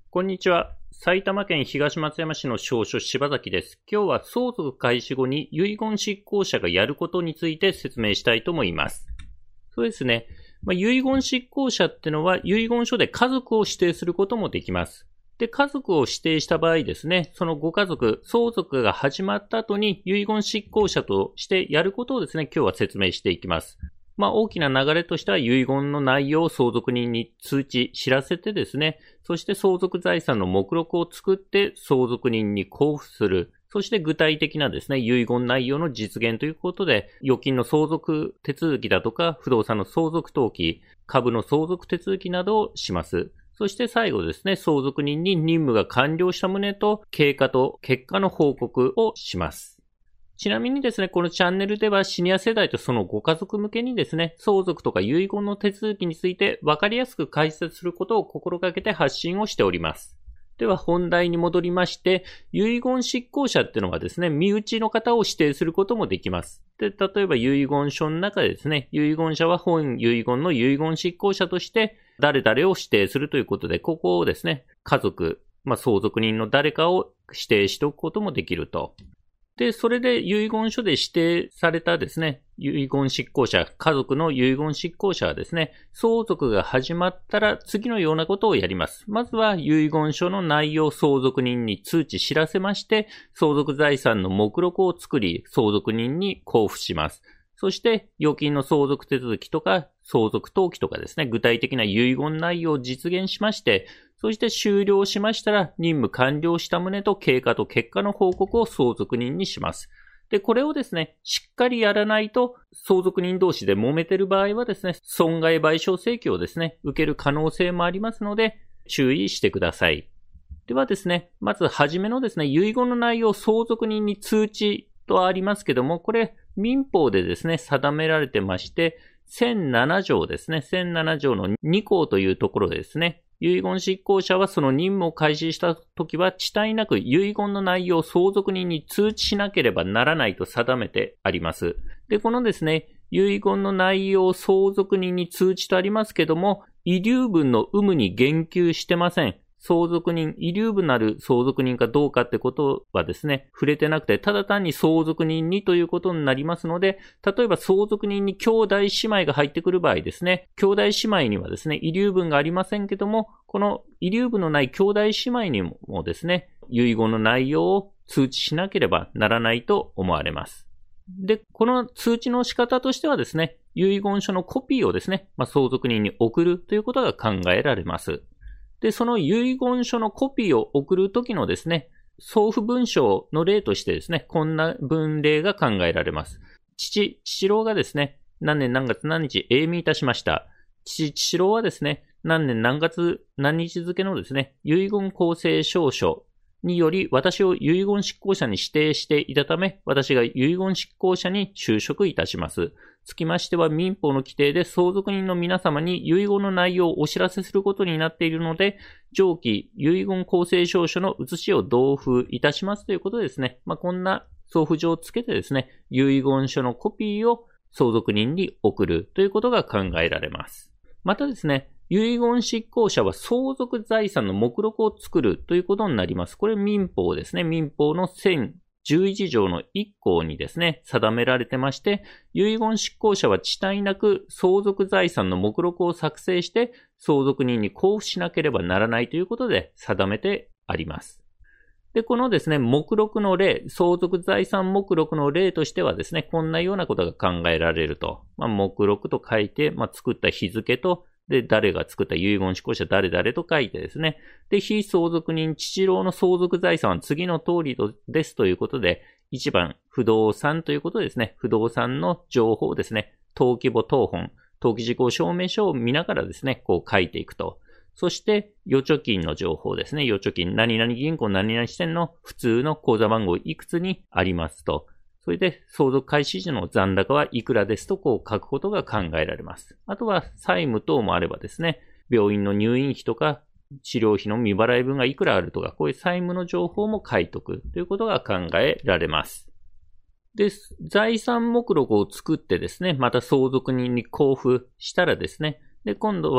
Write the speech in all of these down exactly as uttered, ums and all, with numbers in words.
こんにちは。埼玉県東松山市の商所柴崎です。今日は相続開始後に遺言執行者がやることについて説明したいと思います。そうですね。まあ、遺言執行者ってのは遺言書で家族を指定することもできます。で、家族を指定した場合ですね、そのご家族、相続が始まった後に遺言執行者としてやることをですね、今日は説明していきます。まあ大きな流れとしては遺言の内容を相続人に通知、知らせてですね、そして相続財産の目録を作って相続人に交付する。そして具体的なですね、遺言内容の実現ということで、預金の相続手続きだとか、不動産の相続登記、株の相続手続きなどをします。そして最後ですね、相続人に任務が完了した旨と経過と結果の報告をします。ちなみにですね、このチャンネルではシニア世代とそのご家族向けにですね、相続とか遺言の手続きについて分かりやすく解説することを心がけて発信をしております。では本題に戻りまして、遺言執行者っていうのはですね、身内の方を指定することもできます。で、例えば遺言書の中でですね、遺言者は本遺言の遺言執行者として誰々を指定するということで、ここをですね、家族、まあ相続人の誰かを指定しておくこともできると。で、それで遺言書で指定されたですね、遺言執行者、家族の遺言執行者はですね、相続が始まったら次のようなことをやります。まずは遺言書の内容を相続人に通知知らせまして、相続財産の目録を作り、相続人に交付します。そして、預金の相続手続きとか、相続登記とかですね、具体的な遺言内容を実現しまして、そして終了しましたら、任務完了した旨と経過と結果の報告を相続人にします。で、これをですね、しっかりやらないと、相続人同士で揉めてる場合はですね、損害賠償請求をですね、受ける可能性もありますので、注意してください。ではですね、まずはじめのですね、遺言の内容を相続人に通知とありますけども、これ、民法でですね、定められてまして、せんなな条ですね、せんなな条のに項というところでですね、遺言執行者はその任務を開始したときは、遅滞なく遺言の内容を相続人に通知しなければならないと定めてあります。で、このですね、遺言の内容を相続人に通知とありますけども、遺留分の有無に言及してません。相続人、遺留分なる相続人かどうかってことはですね、触れてなくて、ただ単に相続人にということになりますので、例えば相続人に兄弟姉妹が入ってくる場合ですね、兄弟姉妹にはですね、遺留分がありませんけども、この遺留分のない兄弟姉妹にもですね、遺言の内容を通知しなければならないと思われます。で、この通知の仕方としてはですね、遺言書のコピーをですね、まあ、相続人に送るということが考えられます。で、その遺言書のコピーを送るときのですね、送付文章の例としてですね、こんな文例が考えられます。父、父郎がですね、何年何月何日永眠いたしました。父、父郎はですね、何年何月何日付のですね、遺言公正証書により私を遺言執行者に指定していたため、私が遺言執行者に就職いたします。つきましては民法の規定で相続人の皆様に遺言の内容をお知らせすることになっているので、上記遺言公正証書の写しを同封いたしますということでですね、まあ、こんな送付状をつけてですね、遺言書のコピーを相続人に送るということが考えられます。またですね、遺言執行者は相続財産の目録を作るということになります。これ民法ですね。民法のせんじゅういち条のいっ項にですね、定められてまして、遺言執行者は遅滞なく相続財産の目録を作成して相続人に交付しなければならないということで定めてあります。で、このですね、目録の例、相続財産目録の例としてはですね、こんなようなことが考えられると。まあ、目録と書いて、まあ、作った日付と、で、誰が作った遺言執行者誰々と書いてですね。で、非相続人父郎の相続財産は次の通りですということで、いちばん、不動産ということですね。不動産の情報ですね。登記簿謄本、登記事項証明書を見ながらですね、こう書いていくと。そして、預貯金の情報ですね。預貯金、何々銀行何々支店の普通の口座番号いくつにありますと。それで、相続開始時の残高はいくらですとこう書くことが考えられます。あとは、債務等もあればですね、病院の入院費とか、治療費の未払い分がいくらあるとか、こういう債務の情報も書いとくということが考えられます。で、財産目録を作ってですね、また相続人に交付したらですね、で、今度は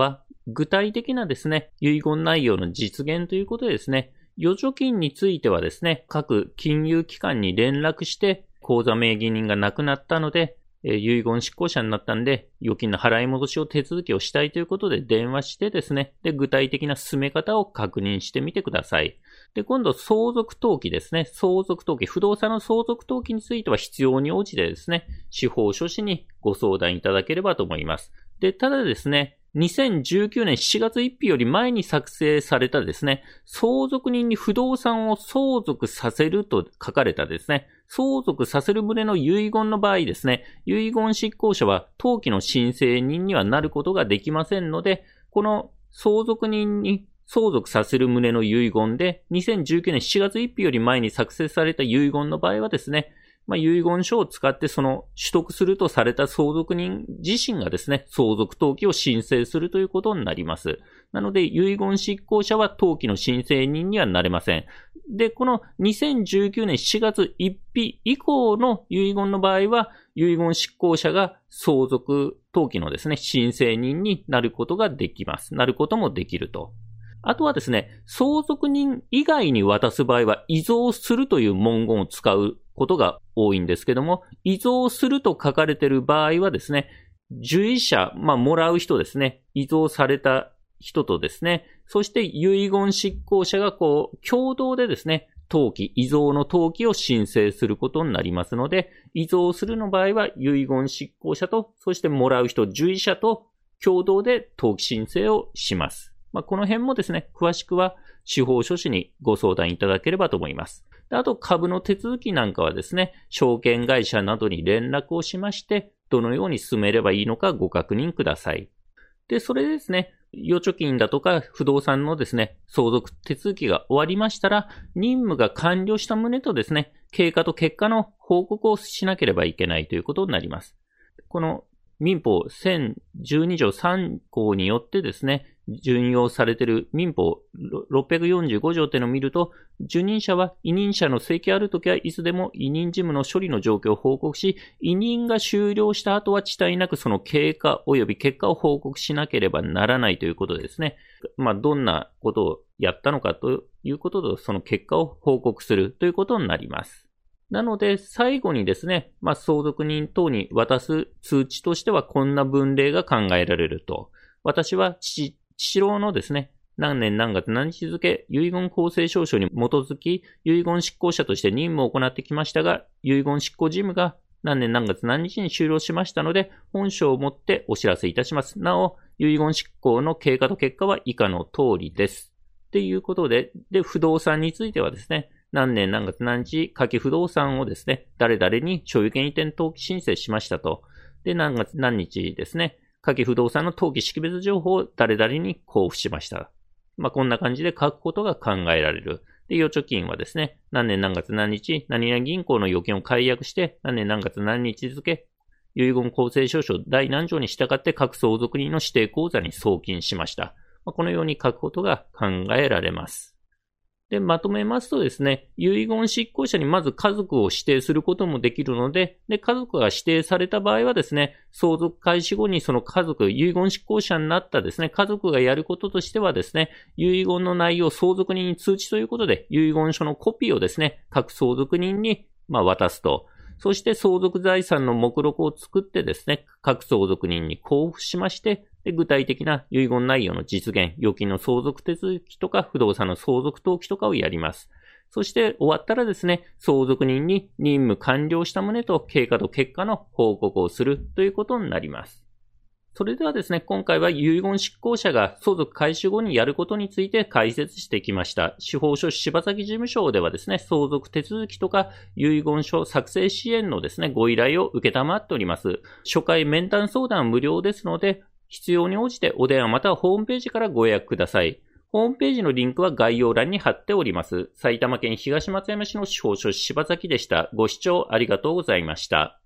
具体的なですね、遺言内容の実現ということでですね、預貯金についてはですね、各金融機関に連絡して、口座名義人が亡くなったので、えー、遺言執行者になったんで、預金の払い戻しを手続きをしたいということで電話してですね、で、具体的な進め方を確認してみてください。で、今度、相続登記ですね。相続登記、不動産の相続登記については必要に応じてですね、司法書士にご相談いただければと思います。で、ただですね、にせんじゅうきゅうねんしちがつついたちより前に作成されたですね、相続人に不動産を相続させると書かれたですね、相続させる旨の遺言の場合ですね、遺言執行者は登記の申請人にはなることができませんので、この相続人に相続させる旨の遺言で、にせんじゅうきゅうねんしちがつついたちより前に作成された遺言の場合はですね、まあ、遺言書を使ってその取得するとされた相続人自身がですね、相続登記を申請するということになります。なので、遺言執行者は登記の申請人にはなれません。で、このにせんじゅうきゅうねんしちがつついたち以降の遺言の場合は、遺言執行者が相続登記のですね、申請人になることができます。なることもできると。あとはですね、相続人以外に渡す場合は、遺贈するという文言を使うことが多いんですけども、遺贈すると書かれている場合はですね、受益者、まあ、もらう人ですね、遺贈された人とですね、そして遺言執行者がこう、共同でですね、登記、遺贈の登記を申請することになりますので、遺贈するの場合は遺言執行者と、そしてもらう人、受益者と共同で登記申請をします。まあ、この辺もですね、詳しくは司法書士にご相談いただければと思います。あと、株の手続きなんかはですね、証券会社などに連絡をしまして、どのように進めればいいのかご確認ください。で、それでですね、預貯金だとか不動産のですね、相続手続きが終わりましたら、任務が完了した旨とですね、経過と結果の報告をしなければいけないということになります。この民法せんじゅうにじょうさんこうによってですね、準用されている民法ろっぴゃくよんじゅうごじょうっていうのを見ると、受任者は委任者の請求あるときはいつでも委任事務の処理の状況を報告し、委任が終了した後は遅滞なくその経過及び結果を報告しなければならないということですね。まあ、どんなことをやったのかということと、その結果を報告するということになります。なので、最後にですね、まあ、相続人等に渡す通知としてはこんな分類が考えられると。私は父、父郎のですね、何年何月何日付、遺言公正証書に基づき、遺言執行者として任務を行ってきましたが、遺言執行事務が何年何月何日に終了しましたので、本書をもってお知らせいたします。なお、遺言執行の経過と結果は以下の通りです。っていうことで、で、不動産についてはですね、何年何月何日、下記不動産をですね、誰々に所有権移転登記申請しましたと。で、何月何日ですね、下記不動産の登記識別情報を誰々に交付しました。まあ、こんな感じで書くことが考えられる。で、預貯金はですね、何年何月何日、何々銀行の預金を解約して、何年何月何日付、遺言公正証書第何条に従って各相続人の指定口座に送金しました。まあ、このように書くことが考えられます。で、まとめますとですね、遺言執行者にまず家族を指定することもできるので、で、家族が指定された場合はですね、相続開始後にその家族、遺言執行者になったですね、家族がやることとしてはですね、遺言の内容を相続人に通知ということで、遺言書のコピーをですね、各相続人にまあ渡すと。そして相続財産の目録を作ってですね、各相続人に交付しまして、で具体的な遺言内容の実現、預金の相続手続きとか不動産の相続登記とかをやります。そして終わったらですね、相続人に任務完了した旨と経過と結果の報告をするということになります。それではですね、今回は遺言執行者が相続開始後にやることについて解説してきました。司法書士柴崎事務所ではですね、相続手続きとか遺言書作成支援のですね、ご依頼を受けたまっております。初回面談相談は無料ですので、必要に応じてお電話またはホームページからご予約ください。ホームページのリンクは概要欄に貼っております。埼玉県東松山市の司法書士柴崎でした。ご視聴ありがとうございました。